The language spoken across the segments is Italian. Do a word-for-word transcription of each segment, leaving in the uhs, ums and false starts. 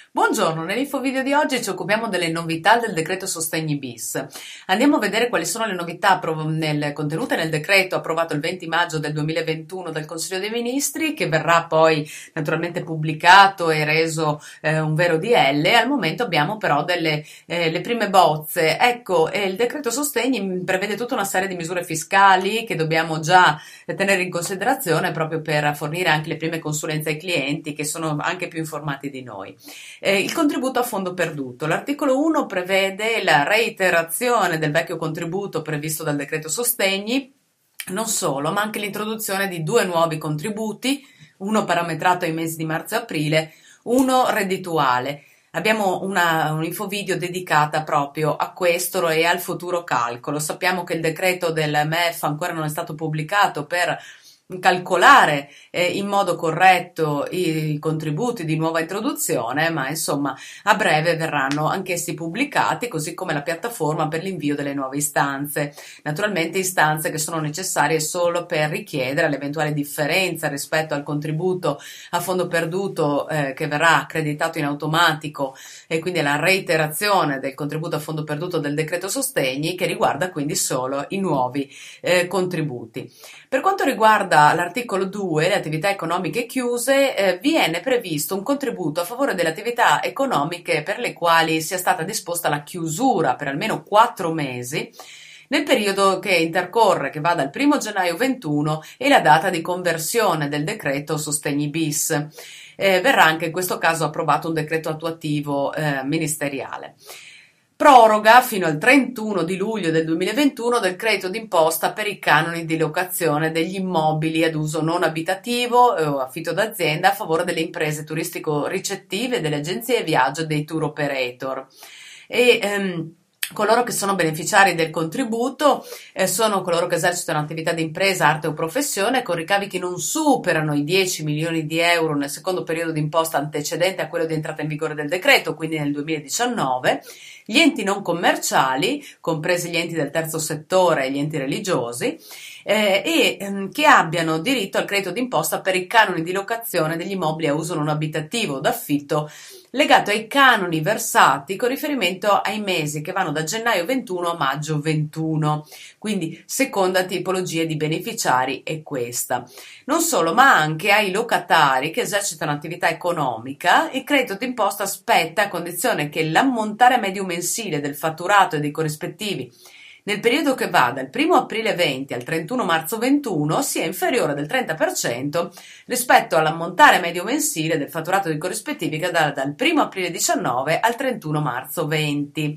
Buongiorno, nell'info video di oggi ci occupiamo delle novità del decreto Sostegni bis. Andiamo a vedere quali sono le novità prov- nel- contenute nel decreto approvato il venti maggio del duemilaventuno dal Consiglio dei Ministri, che verrà poi naturalmente pubblicato e reso eh, un vero D L. Al momento abbiamo però delle eh, le prime bozze. Ecco, eh, il decreto Sostegni prevede tutta una serie di misure fiscali che dobbiamo già eh, tenere in considerazione proprio per fornire anche le prime consulenze ai clienti che sono anche più informati di noi. Eh, il contributo a fondo perduto. L'articolo uno prevede la reiterazione del vecchio contributo previsto dal decreto Sostegni, non solo, ma anche l'introduzione di due nuovi contributi, uno parametrato ai mesi di marzo e aprile, uno reddituale. Abbiamo una, un infovideo dedicata proprio a questo e al futuro calcolo. Sappiamo che il decreto del M E F ancora non è stato pubblicato per calcolare eh, in modo corretto i, i contributi di nuova introduzione, ma insomma a breve verranno anch'essi pubblicati, così come la piattaforma per l'invio delle nuove istanze. Naturalmente istanze che sono necessarie solo per richiedere l'eventuale differenza rispetto al contributo a fondo perduto eh, che verrà accreditato in automatico, e quindi la reiterazione del contributo a fondo perduto del decreto sostegni, che riguarda quindi solo i nuovi eh, contributi. Per quanto riguarda l'articolo due, le attività economiche chiuse, eh, viene previsto un contributo a favore delle attività economiche per le quali sia stata disposta la chiusura per almeno quattro mesi nel periodo che intercorre, che va dal primo gennaio ventuno e la data di conversione del decreto Sostegni bis. Eh, verrà anche in questo caso approvato un decreto attuativo eh, ministeriale. Proroga fino al trentuno di luglio del duemilaventuno del credito d'imposta per i canoni di locazione degli immobili ad uso non abitativo o affitto d'azienda a favore delle imprese turistico-ricettive, delle agenzie viaggio e dei tour operator. E, ehm, Coloro che sono beneficiari del contributo eh, sono coloro che esercitano attività di impresa, arte o professione con ricavi che non superano i dieci milioni di euro nel secondo periodo d'imposta antecedente a quello di entrata in vigore del decreto, quindi nel duemiladiciannove, gli enti non commerciali, compresi gli enti del terzo settore e gli enti religiosi, eh, e ehm, che abbiano diritto al credito d'imposta per i canoni di locazione degli immobili a uso non abitativo o d'affitto legato ai canoni versati con riferimento ai mesi che vanno da gennaio ventuno a maggio ventuno, quindi seconda tipologia di beneficiari è questa. Non solo, ma anche ai locatari che esercitano attività economica, il credito d'imposta spetta a condizione che l'ammontare medio mensile del fatturato e dei corrispettivi nel periodo che va dal primo aprile venti al trentuno marzo ventuno sia inferiore del trenta per cento rispetto all'ammontare medio mensile del fatturato dei corrispettivi che va dal primo aprile diciannove al trentuno marzo venti.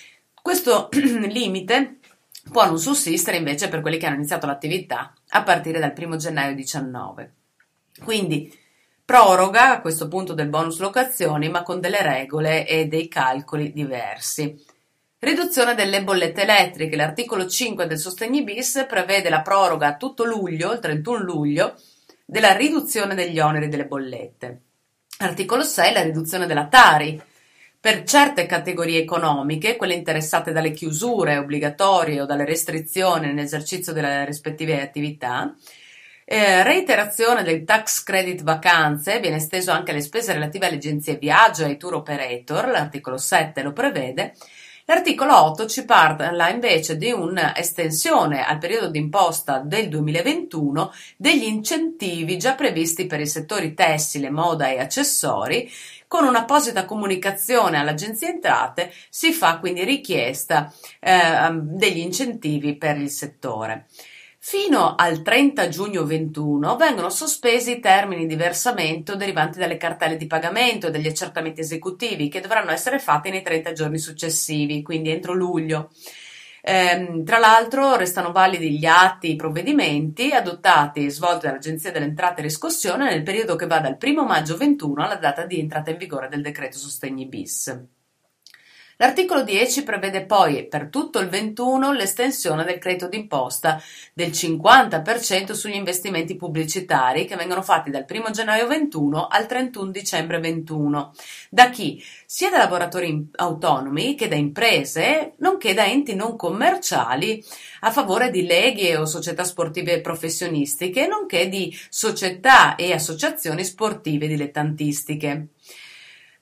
Questo limite può non sussistere invece per quelli che hanno iniziato l'attività a partire dal primo gennaio diciannove. Quindi proroga a questo punto del bonus locazioni, ma con delle regole e dei calcoli diversi. Riduzione delle bollette elettriche. L'articolo cinque del Sostegni bis prevede la proroga a tutto luglio, il trentuno luglio, della riduzione degli oneri delle bollette. Articolo sei, la riduzione della Tari. Per certe categorie economiche, quelle interessate dalle chiusure obbligatorie o dalle restrizioni nell'esercizio delle rispettive attività, Eh, reiterazione del tax credit vacanze, viene esteso anche alle spese relative alle agenzie viaggio e ai tour operator, l'articolo sette lo prevede. L'articolo otto ci parla invece di un'estensione al periodo d'imposta del duemilaventuno degli incentivi già previsti per i settori tessile, moda e accessori. Con un'apposita comunicazione all'Agenzia Entrate si fa quindi richiesta eh, degli incentivi per il settore. Fino al trenta giugno ventuno vengono sospesi i termini di versamento derivanti dalle cartelle di pagamento e dagli accertamenti esecutivi che dovranno essere fatti nei trenta giorni successivi, quindi entro luglio. Ehm, tra l'altro restano validi gli atti, i provvedimenti adottati e svolti dall'Agenzia delle Entrate e Riscossione nel periodo che va dal primo maggio ventuno alla data di entrata in vigore del decreto Sostegni bis. L'articolo dieci prevede poi per tutto il ventuno l'estensione del credito d'imposta del cinquanta per cento sugli investimenti pubblicitari che vengono fatti dal primo gennaio ventuno al trentuno dicembre ventuno. Da chi? Sia da lavoratori autonomi che da imprese, nonché da enti non commerciali a favore di leghe o società sportive professionistiche, nonché di società e associazioni sportive dilettantistiche.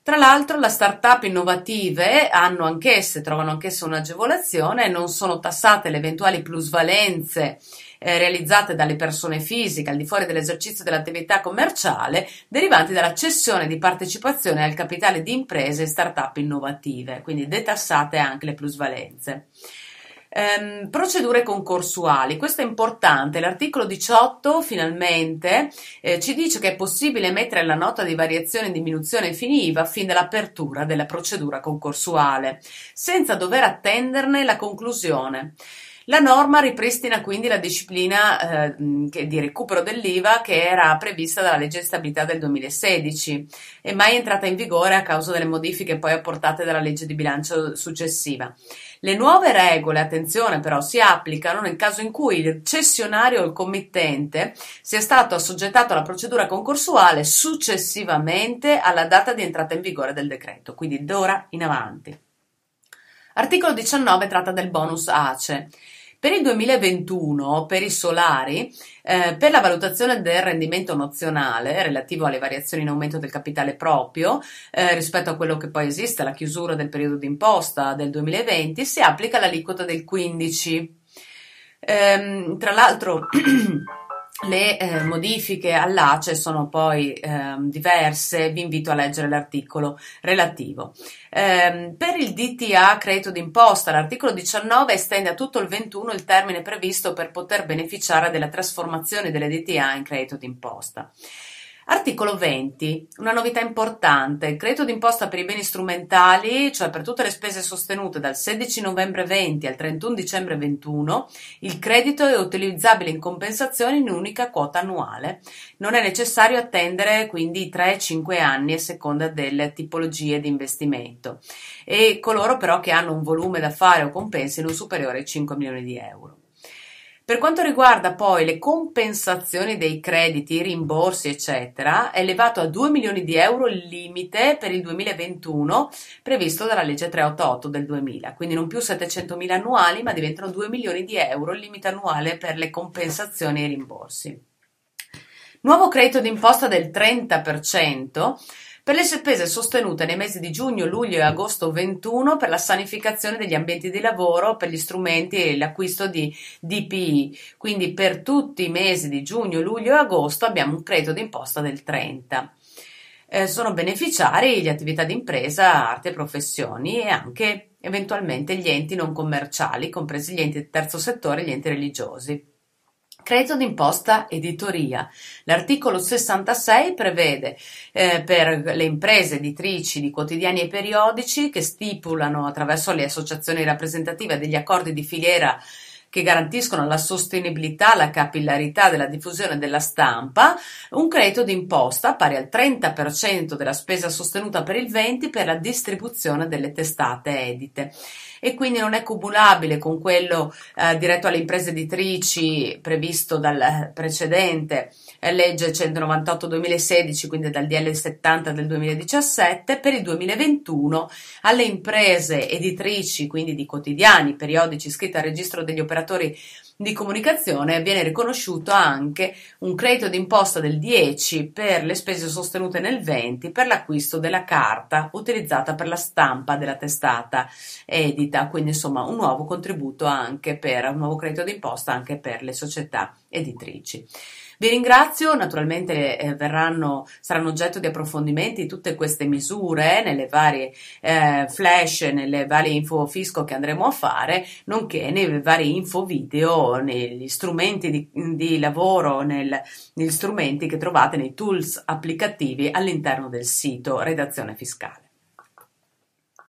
Tra l'altro, le start-up innovative hanno anch'esse, trovano anch'esse un'agevolazione, non sono tassate le eventuali plusvalenze eh, realizzate dalle persone fisiche al di fuori dell'esercizio dell'attività commerciale derivanti dalla cessione di partecipazione al capitale di imprese e start-up innovative, quindi detassate anche le plusvalenze. Ehm, procedure concorsuali, questo è importante, l'articolo diciotto finalmente eh, ci dice che è possibile emettere la nota di variazione e diminuzione fini I V A fin dall'apertura della procedura concorsuale, senza dover attenderne la conclusione. La norma ripristina quindi la disciplina eh, di recupero dell'I V A che era prevista dalla legge di stabilità del duemilasedici e mai entrata in vigore a causa delle modifiche poi apportate dalla legge di bilancio successiva. Le nuove regole, attenzione però, si applicano nel caso in cui il cessionario o il committente sia stato assoggettato alla procedura concorsuale successivamente alla data di entrata in vigore del decreto, quindi d'ora in avanti. Articolo diciannove tratta del bonus A C E. Per il duemilaventuno, per i solari, eh, per la valutazione del rendimento nozionale relativo alle variazioni in aumento del capitale proprio eh, rispetto a quello che poi esiste alla chiusura del periodo d'imposta del duemilaventi, si applica l'aliquota del quindici. Ehm, tra l'altro le eh, modifiche all'A C E sono poi eh, diverse, vi invito a leggere l'articolo relativo. Eh, per il D T A credito d'imposta, l'articolo diciannove estende a tutto il ventuno il termine previsto per poter beneficiare della trasformazione delle D T A in credito d'imposta. Articolo venti, una novità importante, il credito d'imposta per i beni strumentali, cioè per tutte le spese sostenute dal sedici novembre venti al trentuno dicembre ventuno, il credito è utilizzabile in compensazione in un'unica quota annuale. Non è necessario attendere quindi tre cinque anni a seconda delle tipologie di investimento e coloro però che hanno un volume da fare o compensi non superiore ai cinque milioni di euro. Per quanto riguarda poi le compensazioni dei crediti, rimborsi, eccetera, è elevato a due milioni di euro il limite per il duemilaventuno previsto dalla legge trecentottantotto del duemila, quindi non più settecentomila annuali, ma diventano due milioni di euro il limite annuale per le compensazioni e i rimborsi. Nuovo credito d'imposta del trenta per cento per le spese sostenute nei mesi di giugno, luglio e agosto ventuno per la sanificazione degli ambienti di lavoro, per gli strumenti e l'acquisto di D P I. Quindi per tutti i mesi di giugno, luglio e agosto abbiamo un credito d'imposta del trenta. Eh, sono beneficiari le attività di impresa, arte e professioni e anche eventualmente gli enti non commerciali, compresi gli enti del terzo settore e gli enti religiosi. Credito d'imposta editoria. L'articolo sessantasei prevede eh, per le imprese editrici di quotidiani e periodici che stipulano attraverso le associazioni rappresentative degli accordi di filiera che garantiscono la sostenibilità, la capillarità della diffusione della stampa, un credito d'imposta pari al trenta per cento della spesa sostenuta per il venti per la distribuzione delle testate edite. E quindi non è cumulabile con quello eh, diretto alle imprese editrici previsto dal precedente eh, legge centonovantotto duemilasedici, quindi dal D L settanta del duemiladiciassette, per il duemilaventuno alle imprese editrici, quindi di quotidiani, periodici iscritte al registro degli operatori di comunicazione, viene riconosciuto anche un credito d'imposta del dieci per le spese sostenute nel venti per l'acquisto della carta utilizzata per la stampa della testata edita, quindi insomma un nuovo contributo anche per un nuovo credito d'imposta anche per le società editrici. Vi ringrazio, naturalmente eh, verranno, saranno oggetto di approfondimenti tutte queste misure eh, nelle varie eh, flash, nelle varie info fisco che andremo a fare, nonché nei vari info video, negli strumenti di, di lavoro, nel, negli strumenti che trovate nei tools applicativi all'interno del sito Redazione Fiscale.